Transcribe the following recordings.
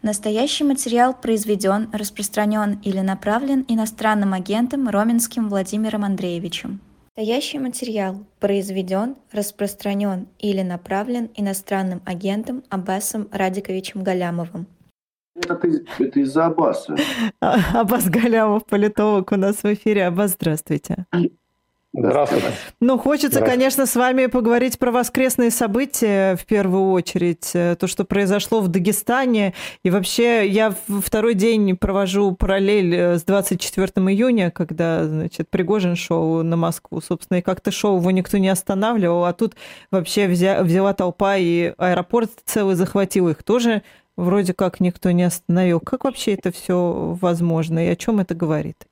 Настоящий материал произведен, распространен или направлен иностранным агентом Роменским Владимиром Андреевичем. Настоящий материал произведен, распространен или направлен иностранным агентом Аббасом Радиковичем Галямовым. Это из-за Аббаса. Аббас Галямов, политолог, у нас в эфире. Аббас, здравствуйте. Здравствуйте. Ну, хочется, конечно, с вами поговорить про воскресные события в первую очередь. То, что произошло в Дагестане. И вообще, я второй день провожу параллель с 24 июня, когда, значит, Пригожин шел на Москву. Собственно, и как-то шел, его никто не останавливал. А тут вообще взяла толпа, и аэропорт целый захватил. Их тоже вроде как никто не остановил. Как вообще это все возможно? И о чем это говорит?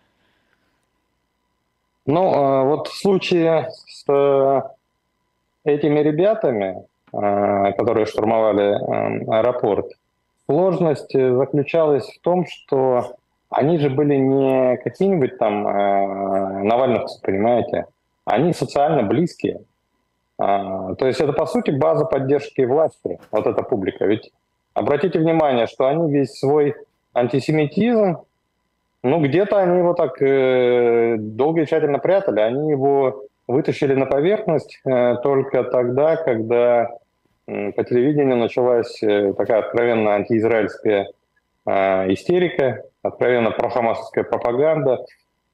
Ну, вот в случае с этими ребятами, которые штурмовали аэропорт, сложность заключалась в том, что они же были не какие-нибудь там навальновцы, понимаете, они социально близкие. То есть это, по сути, база поддержки власти, вот эта публика. Ведь обратите внимание, что они весь свой антисемитизм, ну, где-то они его так долго и тщательно прятали. Они его вытащили на поверхность только тогда, когда по телевидению началась такая откровенно антиизраильская истерика, откровенно прохамасовская пропаганда,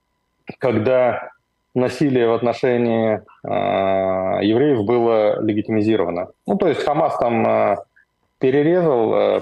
когда насилие в отношении евреев было легитимизировано. Ну, то есть Хамас там перерезал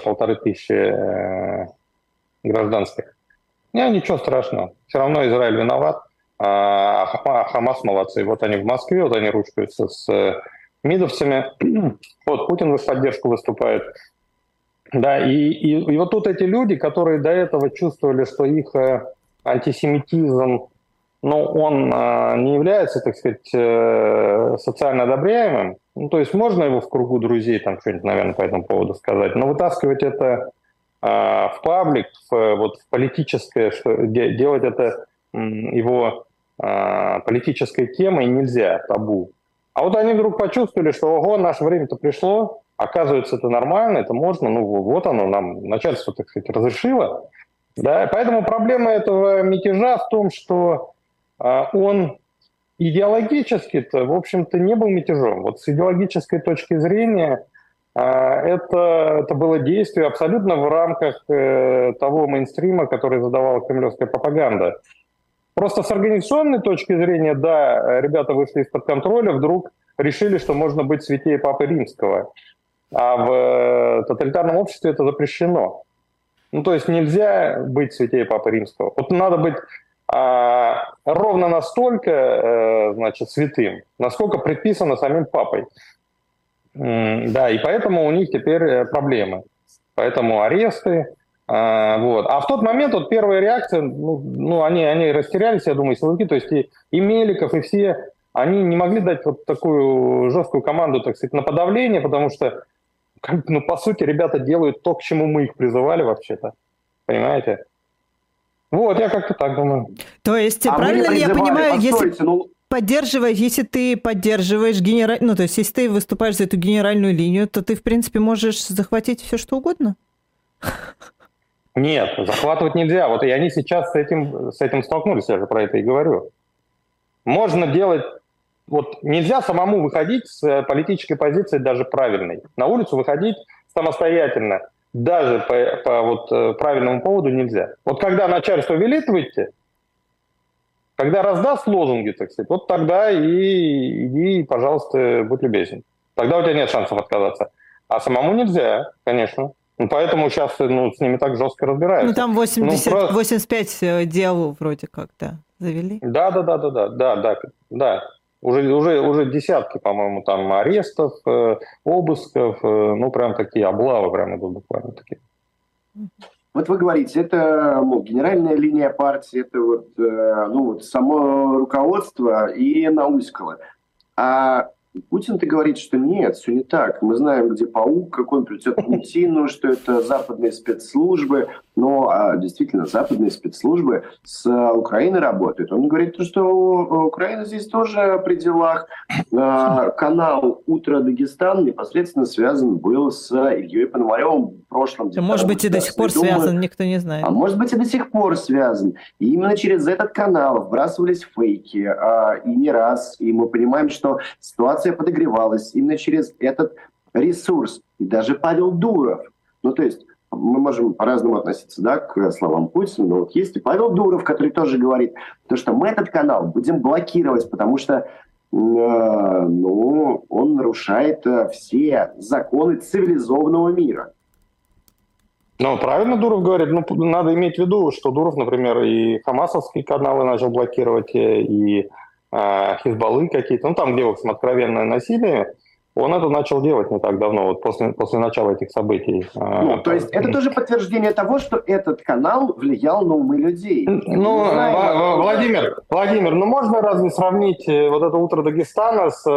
1500 гражданских. Нет, ничего страшного. Все равно Израиль виноват, а Хамас молодцы. Вот они в Москве, вот они ручкаются с мидовцами. Вот Путин в их поддержку выступает. Да, и вот тут эти люди, которые до этого чувствовали, что их антисемитизм, ну, он не является, так сказать, социально одобряемым. Ну, то есть можно его в кругу друзей там что-нибудь, наверное, по этому поводу сказать, но вытаскивать это в паблик, вот в политическое, делать это его политической темой нельзя, табу. А вот они вдруг почувствовали, что ого, наше время-то пришло, оказывается, это нормально, это можно, ну вот оно, нам начальство, так сказать, разрешило. Да? Поэтому проблема этого мятежа в том, что он идеологически-то, в общем-то, не был мятежом. Вот с идеологической точки зрения это было действие абсолютно в рамках того мейнстрима, который задавала кремлевская пропаганда. Просто с организационной точки зрения, да, ребята вышли из-под контроля, вдруг решили, что можно быть святее Папы Римского. А в тоталитарном обществе это запрещено. Ну, то есть нельзя быть святее Папы Римского. Вот надо быть ровно настолько, значит, святым, насколько предписано самим Папой. Да, и поэтому у них теперь проблемы. Поэтому аресты. Вот. А в тот момент вот первая реакция, ну они растерялись, я думаю, силовики, то есть и Меликов, и все, они не могли дать вот такую жесткую команду, так сказать, на подавление, потому что, ну, по сути, ребята делают то, к чему мы их призывали вообще-то. Понимаете? Вот, я как-то так думаю. То есть, правильно ли я понимаю, если ты поддерживаешь ну, то есть, если ты выступаешь за эту генеральную линию, то ты, в принципе, можешь захватить все, что угодно? Нет, захватывать нельзя. Вот и они сейчас с этим столкнулись, я же про это и говорю. Можно делать... Вот нельзя самому выходить с политической позиции даже правильной. На улицу выходить самостоятельно даже по вот правильному поводу нельзя. Вот когда начальство велит выйти, когда раздаст лозунги, так сказать, вот тогда и иди, пожалуйста, будь любезен. Тогда у тебя нет шансов отказаться. А самому нельзя, конечно. Ну, поэтому сейчас с ними так жестко разбираются. Ну, там 85 дел вроде как, да, завели. Да. Уже десятки, по-моему, там арестов, обысков, ну, прям такие облавы прям идут буквально такие. Вот вы говорите, это генеральная линия партии, это вот само руководство и Наульского. А Путин-то говорит, что нет, все не так. Мы знаем, где паук, как он придет к Путину, что это западные спецслужбы. но действительно западные спецслужбы с Украиной работают. Он говорит, что Украина здесь тоже при делах. Канал «Утро Дагестан» непосредственно связан был с Ильей Пономаревым в прошлом. Может быть, и до сих пор связан, никто не знает. А может быть, и до сих пор связан. И именно через этот канал вбрасывались фейки, и не раз. И мы понимаем, что ситуация подогревалась именно через этот ресурс. И даже Павел Дуров. Ну, то есть, мы можем по-разному относиться, да, к словам Путина, но вот есть и Павел Дуров, который тоже говорит, что мы этот канал будем блокировать, потому что он нарушает все законы цивилизованного мира. Ну, правильно Дуров говорит. Ну, надо иметь в виду, что Дуров, например, и хамасовские каналы начал блокировать, и Хизбаллы какие-то, ну, там, где, в общем, откровенное насилие, он это начал делать не так давно, вот после начала этих событий. Ну, то есть это тоже подтверждение того, что этот канал влиял на умы людей. Ну, Владимир, ну можно разве сравнить вот это «Утро Дагестана» с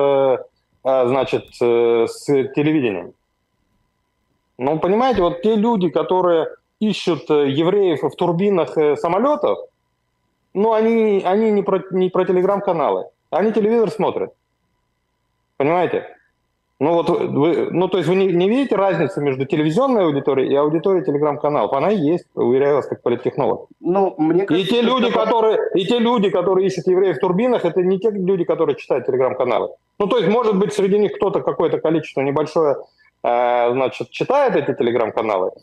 телевидением? Ну, понимаете, вот те люди, которые ищут евреев в турбинах самолетов, ну, они не про телеграм-каналы, они телевизор смотрят. Понимаете? Ну, вот то есть вы не видите разницу между телевизионной аудиторией и аудиторией телеграм-каналов? Она и есть, уверяю вас, как политтехнолог. Ну, мне кажется, и те люди, которые ищут евреев в турбинах, это не те люди, которые читают телеграм-каналы. Ну, то есть, может быть, среди них кто-то, какое-то количество небольшое, читает эти телеграм-каналы,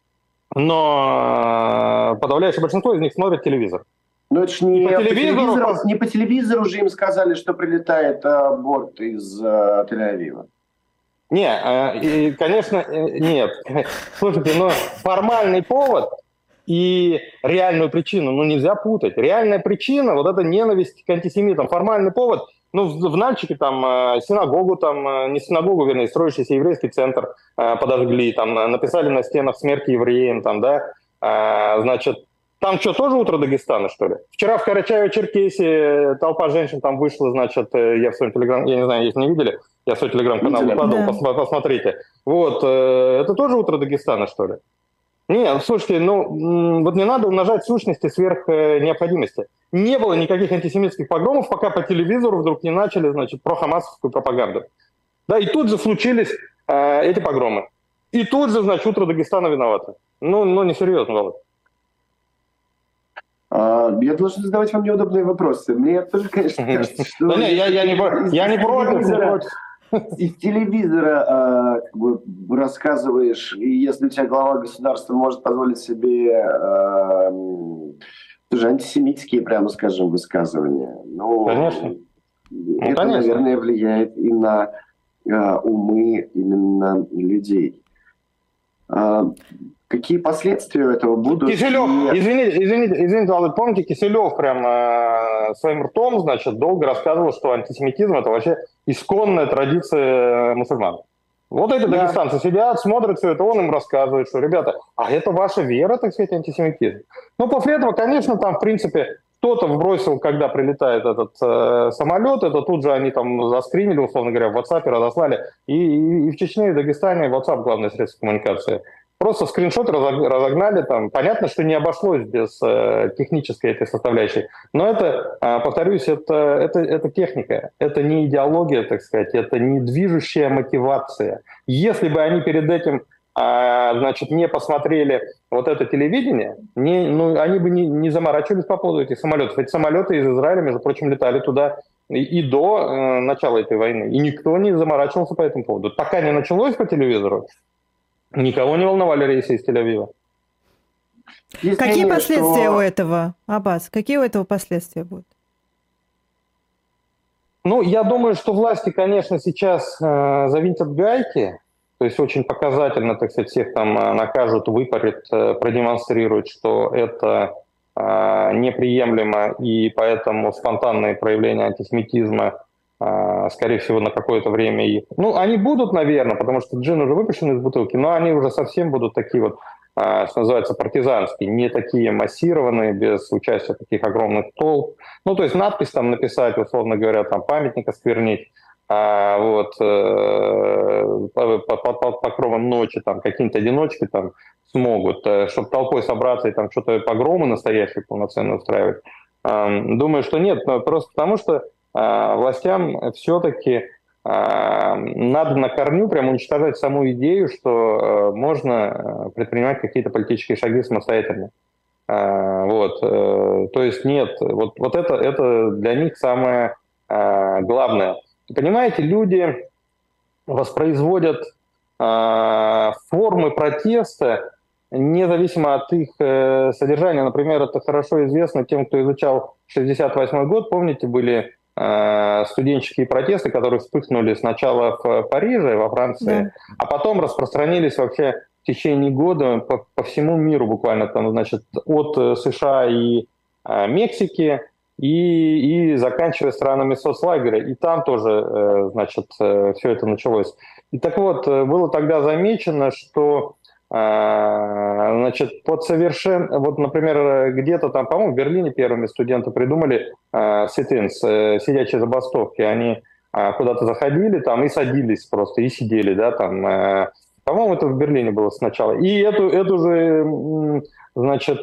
но подавляющее большинство из них смотрит телевизор. Но это же не по телевизору же им сказали, что прилетает борт из Тель-Авива. Не, конечно, нет. Слушайте, но формальный повод и реальную причину, нельзя путать. Реальная причина, вот это ненависть к антисемитам. Формальный повод, в Нальчике там синагогу, не синагогу, вернее, строящийся еврейский центр подожгли, там написали на стенах «Смерть евреям», там, да, там что, тоже «Утро Дагестана», что ли? Вчера в Карачаево-Черкесии толпа женщин там вышла, я в своем телеграм, я не знаю, если не видели, я свой телеграм-канал выкладывал, посмотрите. Вот, это тоже «Утро Дагестана», что ли? Нет, слушайте, вот не надо умножать сущности сверх необходимости. Не было никаких антисемитских погромов, пока по телевизору вдруг не начали, прохамасовскую пропаганду. Да, и тут же случились эти погромы. И тут же, «Утро Дагестана» виновато. Несерьезно, Володь. Я должен задавать вам неудобные вопросы. Мне тоже, конечно, кажется, что... Я не против. Из телевизора рассказываешь, и если у тебя глава государства может позволить себе тоже антисемитские, прямо скажем, высказывания. Конечно. Это, наверное, влияет и на умы именно людей. Какие последствия этого будут? Киселев, извините, Володь, помните, Киселев прям своим ртом, долго рассказывал, что антисемитизм – это вообще исконная традиция мусульман. Вот эти дагестанцы сидят, смотрят все это, он им рассказывает, что, ребята, а это ваша вера, так сказать, антисемитизм. После этого, конечно, там, в принципе, кто-то вбросил, когда прилетает этот самолет, это тут же они там заскринили, условно говоря, в WhatsApp разослали. И в Чечне, и в Дагестане WhatsApp – главное средство коммуникации. Просто скриншот разогнали, там. Понятно, что не обошлось без технической этой составляющей. Но это, повторюсь, это техника. Это не идеология, так сказать, это не движущая мотивация. Если бы они перед этим не посмотрели вот это телевидение, они бы не заморачивались по поводу этих самолетов. Эти самолеты из Израиля, между прочим, летали туда и до начала этой войны. И никто не заморачивался по этому поводу. Пока не началось по телевизору, никого не волновали рейсы из Тель-Авива. Какие последствия у этого, Аббас? Какие у этого последствия будут? Я думаю, что власти, конечно, сейчас завинтят гайки. То есть очень показательно, так сказать, всех там накажут, выпарят, продемонстрируют, что это неприемлемо, и поэтому спонтанные проявления антисемитизма, скорее всего, на какое-то время их... они будут, наверное, потому что джин уже выпущен из бутылки, но они уже совсем будут такие вот, что называется, партизанские, не такие массированные, без участия таких огромных толп. То есть надпись там написать, условно говоря, там памятник осквернить. вот, под покровом ночи там какие-то одиночки там смогут, чтобы толпой собраться и там что-то погромы настоящие полноценно устраивать. Думаю, что нет, но просто потому что властям все-таки надо на корню прям уничтожать саму идею, что можно предпринимать какие-то политические шаги самостоятельно. Вот, то есть нет, вот это для них самое главное. Понимаете, люди воспроизводят формы протеста независимо от их содержания. Например, это хорошо известно тем, кто изучал 1968 год. Помните, были студенческие протесты, которые вспыхнули сначала в Париже, во Франции, а потом распространились вообще в течение года по всему миру буквально, там, значит, от США и Мексики и заканчивая странами соцлагеря. И там тоже, значит, все это началось. И так вот, было тогда замечено, что значит, вот, например, где-то там, по-моему, в Берлине первыми студенты придумали sit-ins, сидячие забастовки. Они куда-то заходили там и садились просто, и сидели, да, там. По-моему, это в Берлине было сначала. И эту же, значит,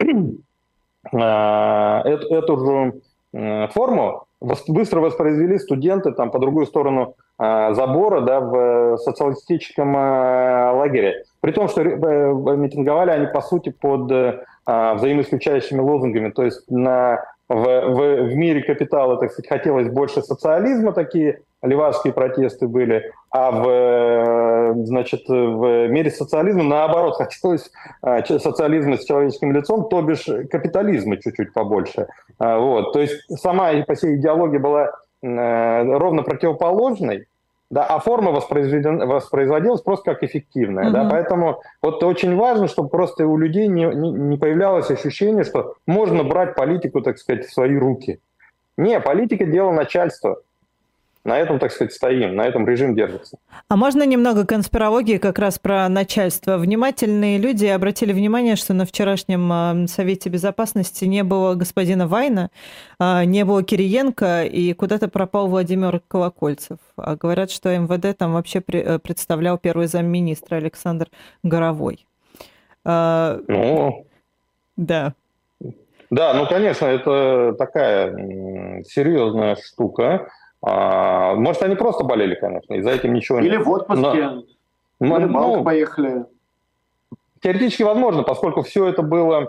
эту же форму быстро воспроизвели студенты там по другую сторону забора, да, в социалистическом лагере. При том, что митинговали они, по сути, под взаимоисключающими лозунгами. То есть в мире капитала, так сказать, хотелось больше социализма, такие левацкие протесты были, а значит, в мире социализма, наоборот, хотелось социализма с человеческим лицом, то бишь капитализма чуть-чуть побольше. Вот. То есть сама по себе идеология была ровно противоположной, да, а форма воспроизводилась просто как эффективная. Да, поэтому вот очень важно, чтобы просто у людей не появлялось ощущение, что можно брать политику, так сказать, в свои руки. Не, политика – дело начальства. На этом, так сказать, стоим, на этом режим держится. А можно немного конспирологии как раз про начальство? Внимательные люди обратили внимание, что на вчерашнем Совете Безопасности не было господина Вайна, не было Кириенко, и куда-то пропал Владимир Колокольцев. А говорят, что МВД там вообще представлял первый замминистра Александр Горовой. Ну, да. Да, ну, конечно, это такая серьезная штука. Может, они просто болели, конечно, и за этим ничего нет. Или в отпуске, на рыбалку поехали. Теоретически возможно, поскольку все это было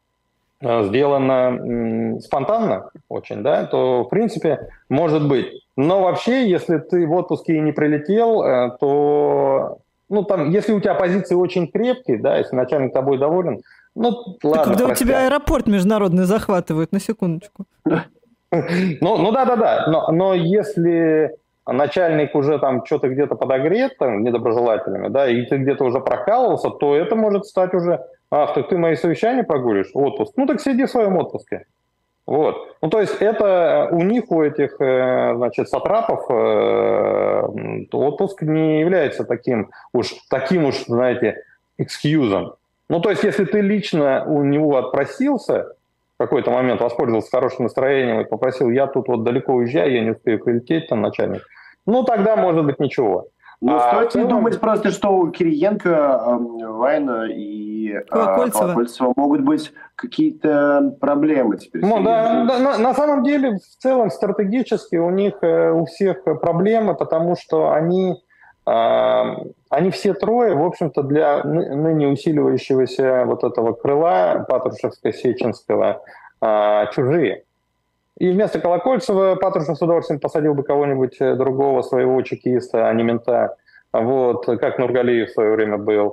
сделано спонтанно очень, да, то, в принципе, может быть. Но вообще, если ты в отпуске и не прилетел, то, ну, там, если у тебя позиции очень крепкие, да, если начальник тобой доволен, ну, ладно. Когда у тебя аэропорт международный захватывают, на секундочку. Ну да. Но если начальник уже там что-то где-то подогрет там, недоброжелателями, да, и ты где-то уже прокалывался, то это может стать уже, так ты мои совещания прогулишь, отпуск. Ну так сиди в своем отпуске. Вот. Ну то есть это у них, у этих, значит, сатрапов отпуск не является таким уж, знаете, экскьюзом. Ну то есть если ты лично у него отпросился, в какой-то момент воспользовался хорошим настроением и попросил, я тут вот далеко уезжаю, я не успею прилететь, там начальник. Ну, тогда может быть ничего. Ну, стоит не думать просто, что у Кириенко, Вайна и Колокольцева могут быть какие-то проблемы теперь. Ну, да, на самом деле, в целом, стратегически у них, у всех проблемы, потому что они все трое, в общем-то, для ныне усиливающегося вот этого крыла Патрушевско-Сеченского чужие. И вместо Колокольцева Патрушев с удовольствием посадил бы кого-нибудь другого своего чекиста, а не мента, вот, как Нургалиев в свое время был.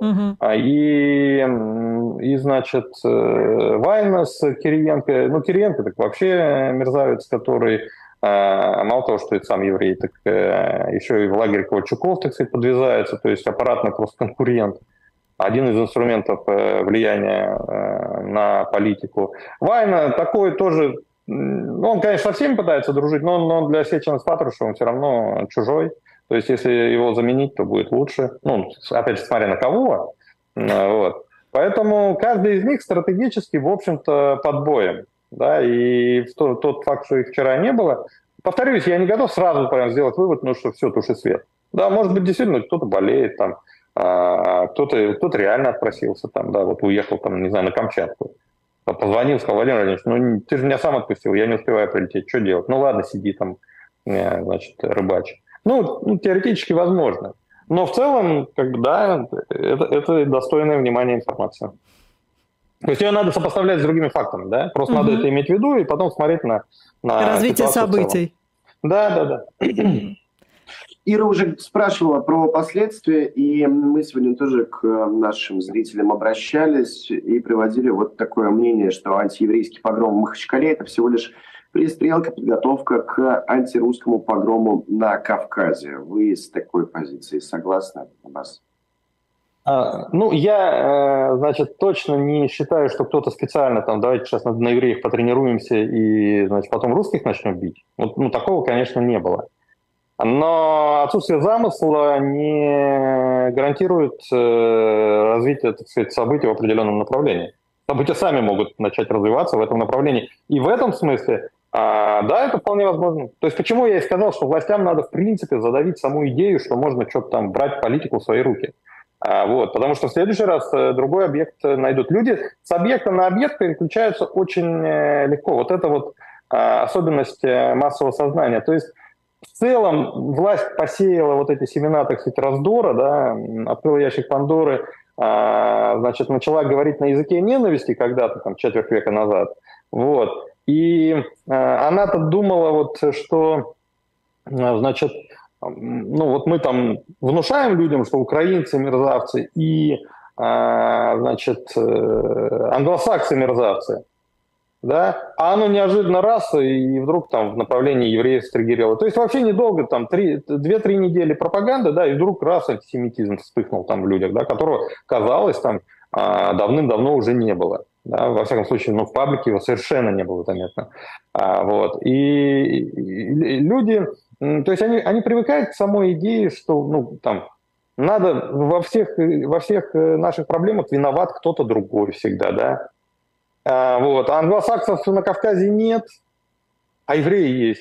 И значит, Вайна с Кириенко. Ну, Кириенко так вообще мерзавец, который мало того, что это сам еврей, так еще и в лагерь Ковальчуков, так сказать, подвязается, то есть аппаратный просто конкурент. Один из инструментов влияния на политику. Вайна такой тоже, он, конечно, со всеми пытается дружить, но для Сечина с Патрушевым все равно чужой. То есть если его заменить, то будет лучше. Ну, опять же, смотря на кого. Вот. Поэтому каждый из них стратегически, в общем-то, под боем. Да, и тот факт, что их вчера не было, повторюсь, я не готов сразу прям сделать вывод, ну что все, туши свет. Да, может быть, действительно кто-то болеет, там, кто-то реально отпросился, там, да, вот уехал, там, не знаю, на Камчатку. Позвонил, сказал: Владимир Владимирович, ну ты же меня сам отпустил, я не успеваю прилететь, что делать? Ну ладно, сиди там, значит, рыбачь. Ну, теоретически возможно. Но в целом, как бы, да, это достойная внимания информация. То есть ее надо сопоставлять с другими фактами, да? Просто надо это иметь в виду и потом смотреть на развитие событий. Да. Ира уже спрашивала про последствия, и мы сегодня тоже к нашим зрителям обращались и приводили вот такое мнение, что антиеврейский погром в Махачкале – это всего лишь пристрелка, подготовка к антирусскому погрому на Кавказе. Вы с такой позицией согласны, Аббас? Ну, я, значит, точно не считаю, что кто-то специально там, давайте сейчас на евреях потренируемся и, значит, потом русских начнем бить. Ну, такого, конечно, не было. Но отсутствие замысла не гарантирует развитие, так сказать, событий в определенном направлении. События сами могут начать развиваться в этом направлении. И в этом смысле, да, это вполне возможно. То есть почему я и сказал, что властям надо, в принципе, задавить саму идею, что можно что-то там брать политику в свои руки. Вот, потому что в следующий раз другой объект найдут. Люди с объекта на объект переключаются очень легко. Вот это вот особенность массового сознания. То есть в целом власть посеяла вот эти семена, так сказать, раздора, да, открыла ящик Пандоры, значит, начала говорить на языке ненависти когда-то, там, четверть века назад. Вот. И она-то думала, вот, что, значит, ну вот мы там внушаем людям, что украинцы мерзавцы и, значит, англосаксы мерзавцы. Да? А оно неожиданно раз, и вдруг там в направлении евреев стригерело. То есть вообще недолго, там 2-3 недели пропаганды, да, и вдруг раз антисемитизм вспыхнул там в людях, да, которого, казалось, там давным-давно уже не было. Да? Во всяком случае, ну, в паблике его совершенно не было заметно. Вот. И люди, то есть они привыкают к самой идее, что, ну, там, надо во всех наших проблемах виноват кто-то другой всегда, да. Вот. А англосаксов на Кавказе нет, а евреи есть.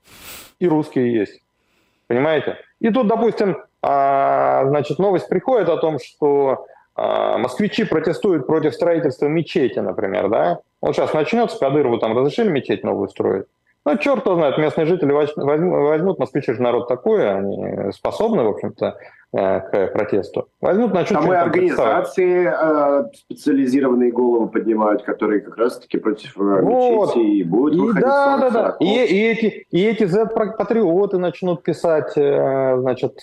И русские есть. Понимаете? И тут, допустим, значит, новость приходит о том, что москвичи протестуют против строительства мечети, например, да? Вот сейчас начнется, Кадырову там разрешили мечеть новую строить. Ну, черт его знает, местные жители возьмут, москвичи же народ такой, они способны, в общем-то, к протесту. Возьмут, начнут... Там и организации специализированные головы поднимают, которые как раз-таки против мечети и будут выходить. Да. И эти Z-патриоты начнут писать, значит,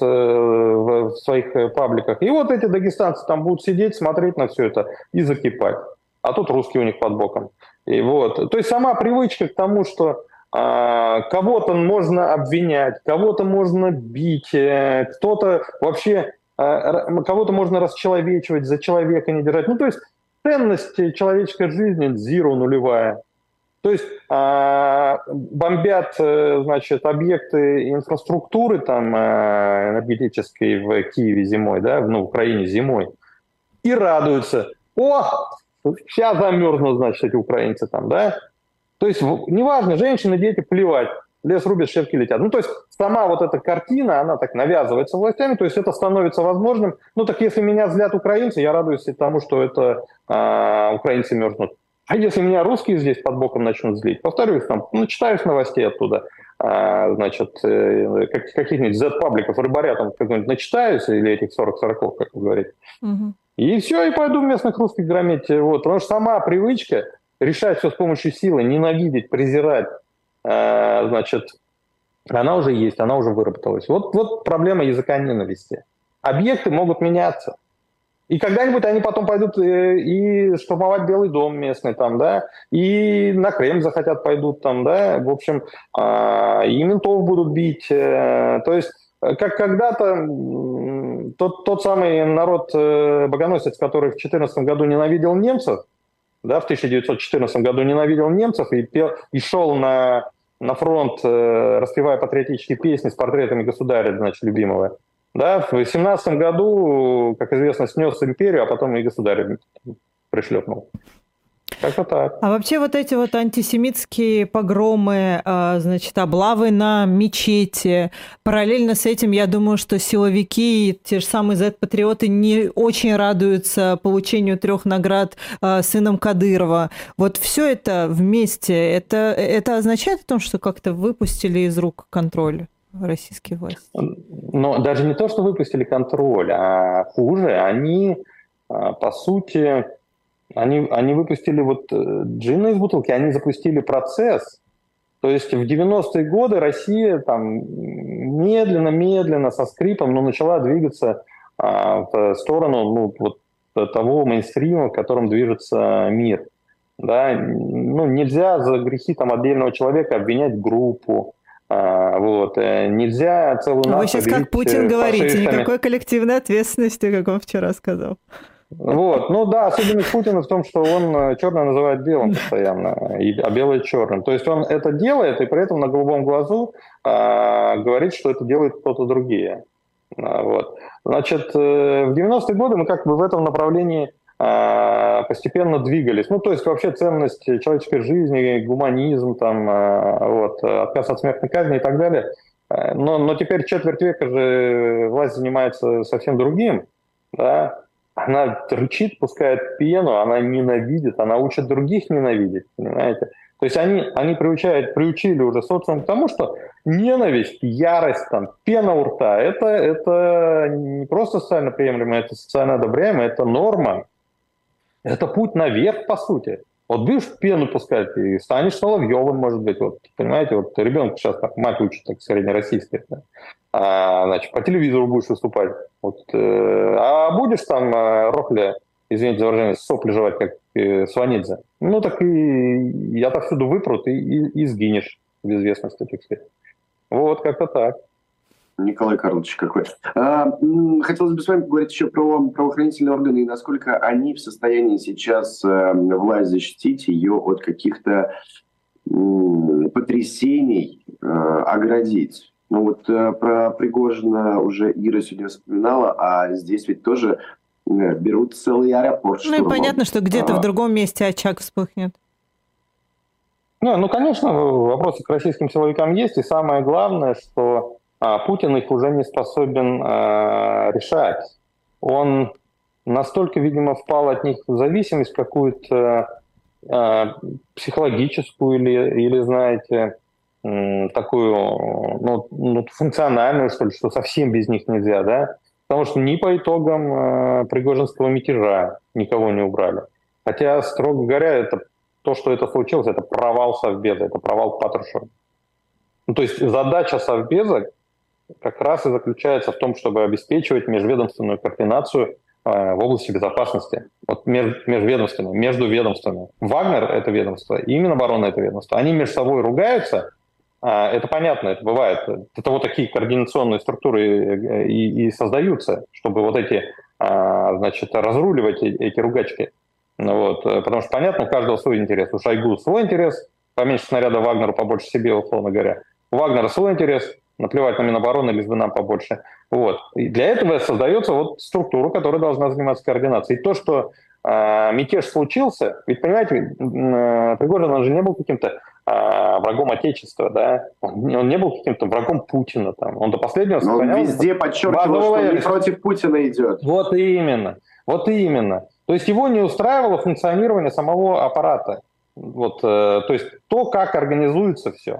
в своих пабликах. И вот эти дагестанцы там будут сидеть, смотреть на все это и закипать. А тут русские у них под боком. И вот. То есть сама привычка к тому, что кого-то можно обвинять, кого-то можно бить, кто-то вообще, кого-то можно расчеловечивать, за человека не держать. Ну, то есть ценность человеческой жизни zero, нулевая. То есть бомбят, значит, объекты инфраструктуры там, энергетической в Киеве зимой, да, ну, в Украине зимой, и радуются. О, сейчас замерзнут, значит, эти украинцы там, да. То есть, неважно, женщины, дети, плевать. Лес рубят, щепки летят. Ну, то есть, сама вот эта картина, она так навязывается властями, то есть, это становится возможным. Ну, так если меня злят украинцы, я радуюсь тому, что это украинцы мерзнут. А если меня русские здесь под боком начнут злить, повторюсь, там, начитаюсь новостей оттуда, значит, каких-нибудь Z-пабликов, рыбаря там как-нибудь начитаюсь, или этих 40-40, как вы говорите. Угу. И все, и пойду местных русских грометь. Вот. Потому что сама привычка решать все с помощью силы, ненавидеть, презирать, значит, она уже есть, она уже выработалась. Вот проблема языка ненависти. Объекты могут меняться. И когда-нибудь они потом пойдут и штурмовать Белый дом местный там, да, и на Кремль захотят пойдут там, да, в общем, и ментов будут бить. То есть, как когда-то тот самый народ богоносец, который в 2014 году ненавидел немцев, да, в 1914 году ненавидел немцев и шел на фронт, распевая патриотические песни с портретами государя, значит, любимого. Да, в 18 году, как известно, снес империю, а потом и государя пришлепнул. Как-то так. А вообще вот эти вот антисемитские погромы, значит, облавы на мечети, параллельно с этим, я думаю, что силовики, те же самые Z-патриоты, не очень радуются получению 3 наград сыном Кадырова. Вот все это вместе, это означает о том, что как-то выпустили из рук контроль российские власти? Но даже не то, что выпустили контроль, а хуже, они, по сути... Они выпустили вот джина из бутылки, они запустили процесс. То есть в 90-е годы Россия там медленно, со скрипом, но начала двигаться в сторону вот того мейнстрима, в котором движется мир. Да? Ну, нельзя за грехи там, отдельного человека обвинять группу. Вот. Нельзя целую нацию... Вы сейчас как Путин говорите, никакой коллективной ответственности, как он вчера сказал. Вот, ну да, особенность Путина в том, что он черное называет белым постоянно, а белое черным. То есть он это делает, и при этом на голубом глазу говорит, что это делает кто-то другие. Вот. Значит, в 90-е годы мы как бы в этом направлении постепенно двигались. Ну, то есть вообще ценность человеческой жизни, гуманизм, там, вот, отказ от смертной казни и так далее. Но теперь четверть века же власть занимается совсем другим, да. Она рычит, пускает пену, она ненавидит, она учит других ненавидеть, понимаете? То есть они приучили уже социум к тому, что ненависть, ярость, там, пена у рта – это не просто социально приемлемо, это социально одобряемо, это норма. Это путь наверх, по сути. Вот будешь пену пускать, и станешь Соловьевым, может быть. Вот, понимаете, вот ребенок сейчас так, мать учит, так среднероссийская. Да? Значит, по телевизору будешь выступать. Вот, а будешь там, Рохля, извините за выражение, сопли жевать, как Сванидзе, ну так и отовсюду выпрут, и сгинешь в известности, так сказать. Вот, как-то так. Николай Карлович какой. Хотелось бы с вами поговорить еще про правоохранительные органы и насколько они в состоянии сейчас власть защитить ее от каких-то потрясений, оградить. Ну вот про Пригожина уже Ира сегодня вспоминала, а здесь ведь тоже берут целый аэропорт штурмом. Ну и понятно, что где-то в другом месте очаг вспыхнет. Ну, конечно, вопросы к российским силовикам есть, и самое главное, что Путин их уже не способен решать. Он настолько, видимо, впал от них в зависимость какую-то психологическую или, знаете, такую функциональную, что ли, что совсем без них нельзя, да? Потому что ни по итогам Пригожинского мятежа никого не убрали. Хотя, строго говоря, то, что это случилось, это провал Совбеза, это провал Патрушева. Ну, то есть задача Совбеза как раз и заключается в том, чтобы обеспечивать межведомственную координацию в области безопасности. Вот межведомственную, между ведомствами. Вагнер – это ведомство, и Минобороны – это ведомство. Они между собой ругаются, это понятно, это бывает. Это вот такие координационные структуры и создаются, чтобы вот эти, значит, разруливать эти ругачки. Вот. Потому что, понятно, у каждого свой интерес. У Шойгу свой интерес, поменьше снаряда Вагнеру, побольше себе, условно говоря. У Вагнера свой интерес, наплевать на Минобороны, лишь бы нам побольше. Вот. И для этого создается вот структура, которая должна заниматься координацией. И то, что мятеж случился, ведь, понимаете, Пригожин, он же не был каким-то врагом Отечества, да? Он не был каким-то врагом Путина. Там. Он до последнего сохранял... Он везде подчеркивал, что он не против Путина идет. Вот именно. Вот именно. То есть его не устраивало функционирование самого аппарата. Вот, то есть то, как организуется все.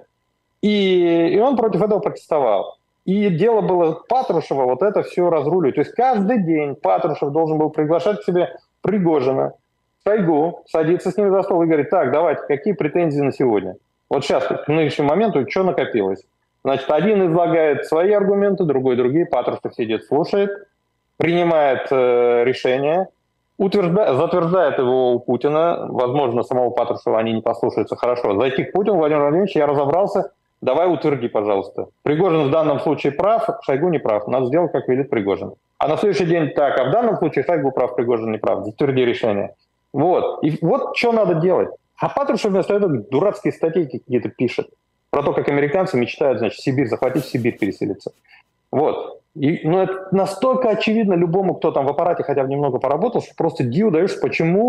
И он против этого протестовал. И дело было Патрушева вот это все разруливать. То есть каждый день Патрушев должен был приглашать к себе Пригожина, Шойгу, садиться с ними за стол и говорить: так, давайте, какие претензии на сегодня? Вот сейчас, к нынешнему моменту, что накопилось? Значит, один излагает свои аргументы, другой другие. Патрушев сидит, слушает, принимает решение, затверждает его у Путина. Возможно, самого Патрушева они не послушаются. Хорошо, зайти к Путину: Владимир Владимирович, я разобрался, давай утверди, пожалуйста. Пригожин в данном случае прав, Шойгу не прав. Надо сделать, как велит Пригожин. А на следующий день так, а в данном случае Шойгу прав, Пригожин не прав. Затверди решение. Вот. И вот что надо делать. А Патрушев вместо этого дурацкие статьи какие-то пишет про то, как американцы мечтают, значит, Сибирь захватить, в Сибирь переселиться. Вот. И, это настолько очевидно любому, кто там в аппарате хотя бы немного поработал, что просто диву даешь, почему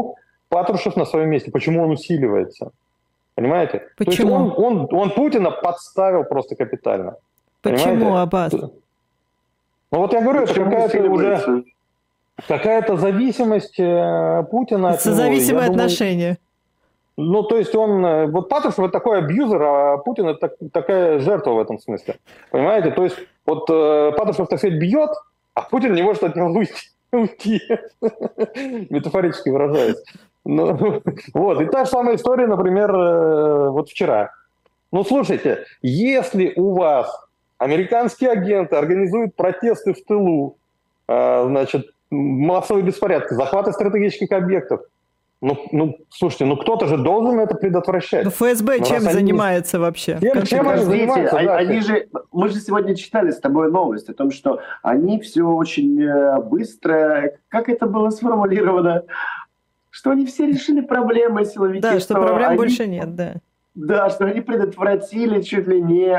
Патрушев на своем месте. Почему он усиливается? Понимаете? Почему? То есть он Путина подставил просто капитально. Почему, Аббас? Ну вот я говорю, это какая-то уже какая-то зависимость Путина от него. Созависимые отношения. Ну, то есть вот Патрушев это такой абьюзер, а Путин это такая жертва в этом смысле. Понимаете? То есть вот Патрушев, так сказать, бьет, а Путин не может от него уйти. Метафорически выражаясь. Ну, вот. И та же самая история, например, вот вчера. Ну, слушайте, если у вас американские агенты организуют протесты в тылу, значит, массовые беспорядки, захваты стратегических объектов, слушайте, кто-то же должен это предотвращать. ФСБ чем занимается вообще? Чем они занимаются? Мы же сегодня читали с тобой новость о том, что они все очень быстро, как это было сформулировано, что они все решили проблемы силовики. Да, что проблем больше нет, да. Да, что они предотвратили чуть ли не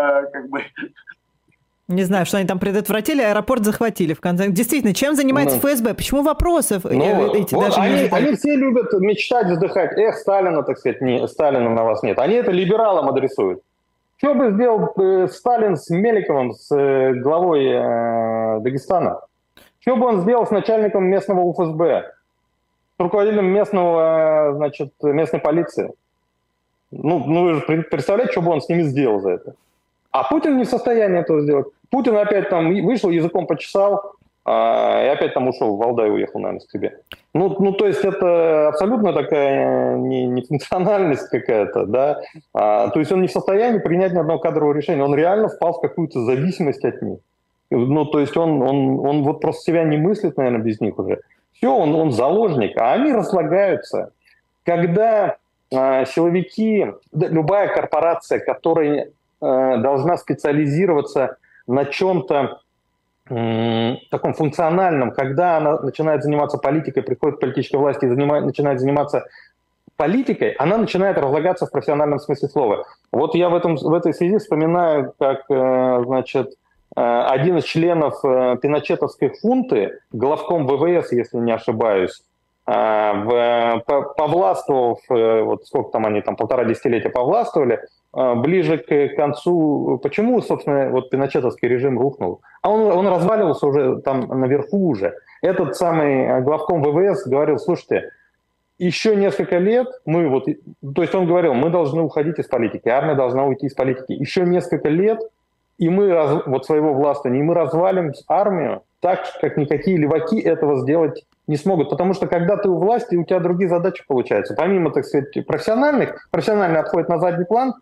Не знаю, что они там предотвратили, аэропорт захватили в конце. Действительно, чем занимается ФСБ? Почему вопросов эти вот даже не они все любят мечтать, вздыхать. Сталина, так сказать, Сталина на вас нет. Они это либералам адресуют. Что бы сделал Сталин с Меликовым, с главой Дагестана? Что бы он сделал с начальником местного УФСБ? С руководителем местной полиции? Вы же представляете, что бы он с ними сделал за это? А Путин не в состоянии этого сделать. Путин опять там вышел, языком почесал, и опять там ушел, в Валдай уехал, наверное, к себе. То есть это абсолютно такая нефункциональность какая-то, да. То есть он не в состоянии принять ни одного кадрового решения. Он реально впал в какую-то зависимость от них. То есть он вот просто себя не мыслит, наверное, без них уже. Все, он заложник, а они разлагаются. Когда силовики, любая корпорация, которая должна специализироваться на чем-то таком функциональном, когда она начинает заниматься политикой, приходит к политической власти и начинает заниматься политикой, она начинает разлагаться в профессиональном смысле слова. Вот я в этой связи вспоминаю, как, один из членов пиночетовской хунты, главком ВВС, если не ошибаюсь, повластвовав, вот сколько там они, 1,5 десятилетия повластвовали, ближе к концу, почему, собственно, вот пиночетовский режим рухнул? А он разваливался уже там наверху уже. Этот самый главком ВВС говорил, слушайте, еще несколько лет то есть он говорил, мы должны уходить из политики, армия должна уйти из политики. Еще несколько лет, и мы, своего властвования, и мы развалим армию так, как никакие леваки этого сделать не смогут. Потому что когда ты у власти, у тебя другие задачи получаются. Помимо, так сказать, профессиональные отходят на задний план,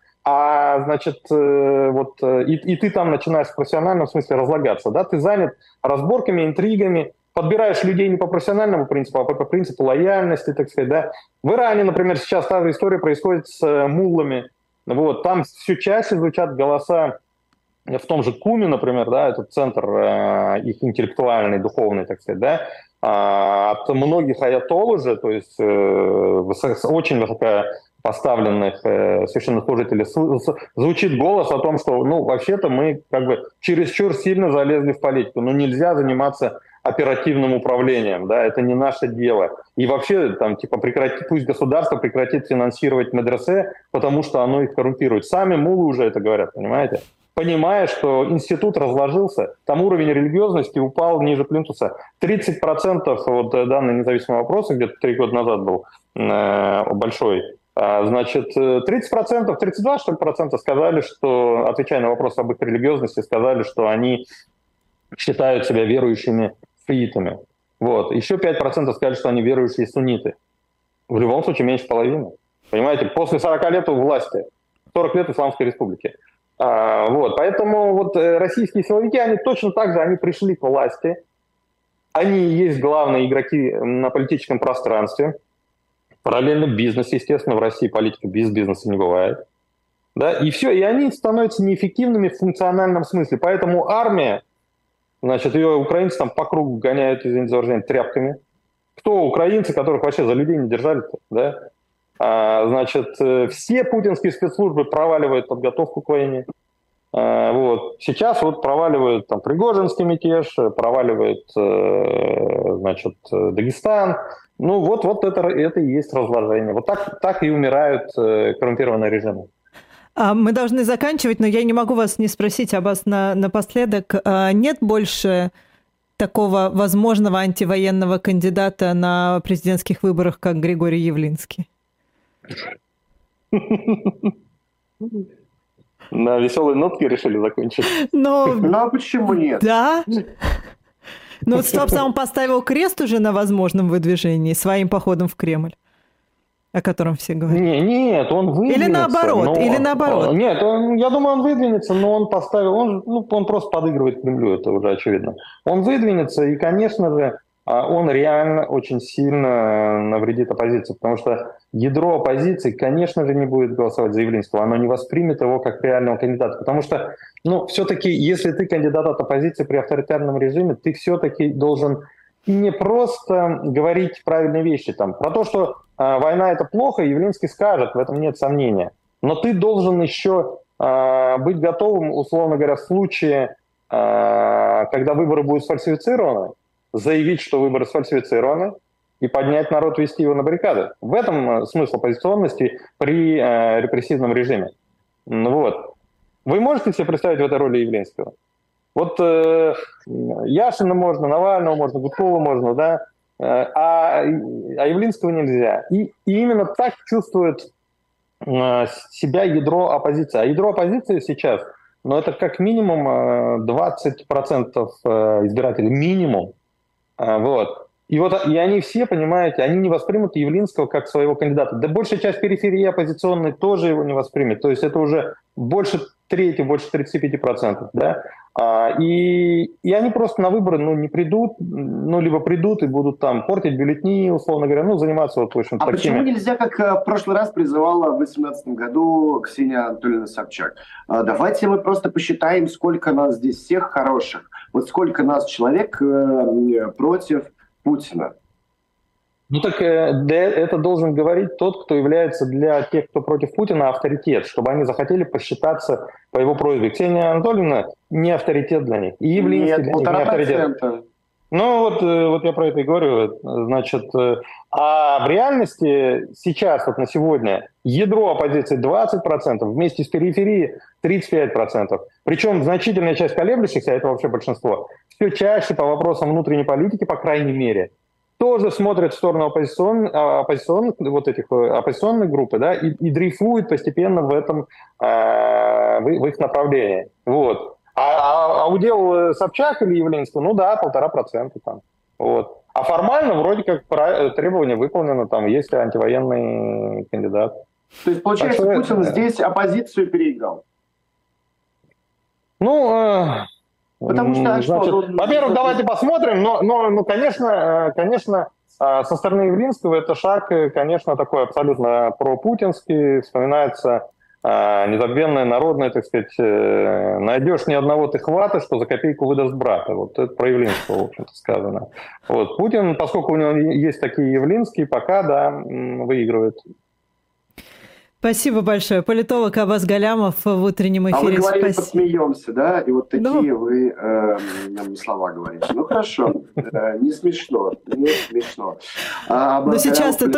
и ты там начинаешь в профессиональном смысле разлагаться. Да? Ты занят разборками, интригами, подбираешь людей не по профессиональному принципу, а по принципу лояльности, так сказать. Да? В Иране, например, сейчас та же история происходит с муллами. Там все чаще звучат голоса в том же Куме, например, да, этот центр их интеллектуальный, духовный, так сказать, да, от многих аятолл уже, то есть очень высокопоставленных священнослужителей звучит голос о том, что, вообще-то мы чересчур сильно залезли в политику, нельзя заниматься оперативным управлением, да, это не наше дело. И вообще, пусть государство прекратит финансировать медресе, потому что оно их коррумпирует. Сами муллы уже это говорят, понимаете? Понимая, что институт разложился, там уровень религиозности упал ниже плинтуса. 30% данный независимый вопрос, где-то 3 года назад был большой, 30%, 32% что ли, процента сказали, что, отвечая на вопрос об их религиозности, сказали, что они считают себя верующими шиитами. Еще 5% сказали, что они верующие сунниты. В любом случае меньше половины. Понимаете, после 40 лет у власти, 40 лет Исламской Республики. Поэтому российские силовики, они точно так же, они пришли к власти, они есть главные игроки на политическом пространстве, параллельно бизнес, естественно, в России политика без бизнеса не бывает, да, и все, и они становятся неэффективными в функциональном смысле, поэтому армия, ее украинцы там по кругу гоняют, извините за выражение, тряпками. Кто украинцы, которых вообще за людей не держали-то, да? Все путинские спецслужбы проваливают подготовку к войне. Вот. Сейчас вот проваливают там Пригожинский мятеж, проваливают, значит, Дагестан. Ну вот это и есть разложение. Вот так и умирают коррумпированные режимы. Мы должны заканчивать, но я не могу вас не спросить, Аббас, напоследок. Нет больше такого возможного антивоенного кандидата на президентских выборах, как Григорий Явлинский? На веселой нотке решили закончить. Ну а почему нет? Да. Ну, собственно, он поставил крест уже на возможном выдвижении своим походом в Кремль, о котором все говорят. Нет, он выдвинется. Или наоборот. Нет, я думаю, он выдвинется, но он поставил, он просто подыгрывает Кремлю, это уже очевидно. Он выдвинется, и, конечно же, он реально очень сильно навредит оппозиции, потому что ядро оппозиции, конечно же, не будет голосовать за Явлинского, оно не воспримет его как реального кандидата, потому что, все-таки, если ты кандидат от оппозиции при авторитарном режиме, ты все-таки должен не просто говорить правильные вещи, там, про то, что война – это плохо, Явлинский скажет, в этом нет сомнения, но ты должен еще быть готовым, условно говоря, в случае, когда выборы будут сфальсифицированы, заявить, что выборы сфальсифицированы, и поднять народ, вести его на баррикады. В этом смысл оппозиционности при репрессивном режиме. Вот. Вы можете себе представить в этой роли Явлинского? Вот Яшина можно, Навального можно, Гудкова можно, да, а Явлинского нельзя. И именно так чувствует себя ядро оппозиции. А ядро оппозиции сейчас, это как минимум 20% избирателей, минимум. Вот. И они все, понимаете, они не воспримут Явлинского как своего кандидата. Да большая часть периферии оппозиционной тоже его не воспримет. То есть это уже больше трети, больше 35%. Да? И они просто на выборы не придут, либо придут и будут там портить бюллетени, условно говоря, заниматься вот, в общем, такими. Почему нельзя, как в прошлый раз призывала в 2018 году Ксения Анатольевна Собчак? Давайте мы просто посчитаем, сколько нас здесь всех хороших. Вот сколько нас человек против Путина. Это должен говорить тот, кто является для тех, кто против Путина, авторитет, чтобы они захотели посчитаться по его просьбе. Ксения Анатольевна не авторитет для них. И Явлинский для них не авторитет. Вот я про это и говорю. Значит, а в реальности сейчас, вот на сегодня, ядро оппозиции 20%, вместе с периферией 35%. Причем значительная часть колеблющихся, это вообще большинство, все чаще по вопросам внутренней политики, по крайней мере, тоже смотрят в сторону оппозиционной группы, да, и дрейфуют постепенно в их направлении. Вот. А удел Собчак или Явлинского, 1,5% там. Вот. А формально вроде как требование выполнено, там есть антивоенный кандидат. То есть, получается, Путин здесь оппозицию переиграл? Потому что, во-первых, давайте посмотрим, но конечно, со стороны Явлинского это шаг, конечно, такой абсолютно пропутинский, вспоминается незабвенное народное, так сказать, найдешь ни одного ты хвата, что за копейку выдаст брата. Вот это про Явлинского, в общем-то, сказано. Вот. Путин, поскольку у него есть такие Явлинские, пока, да, выигрывает. Спасибо большое. Политолог Аббас Галямов в утреннем эфире. А вы говорили, посмеемся, да? И вот такие вы нам слова говорите. Хорошо, не смешно, не смешно. Но сейчас-то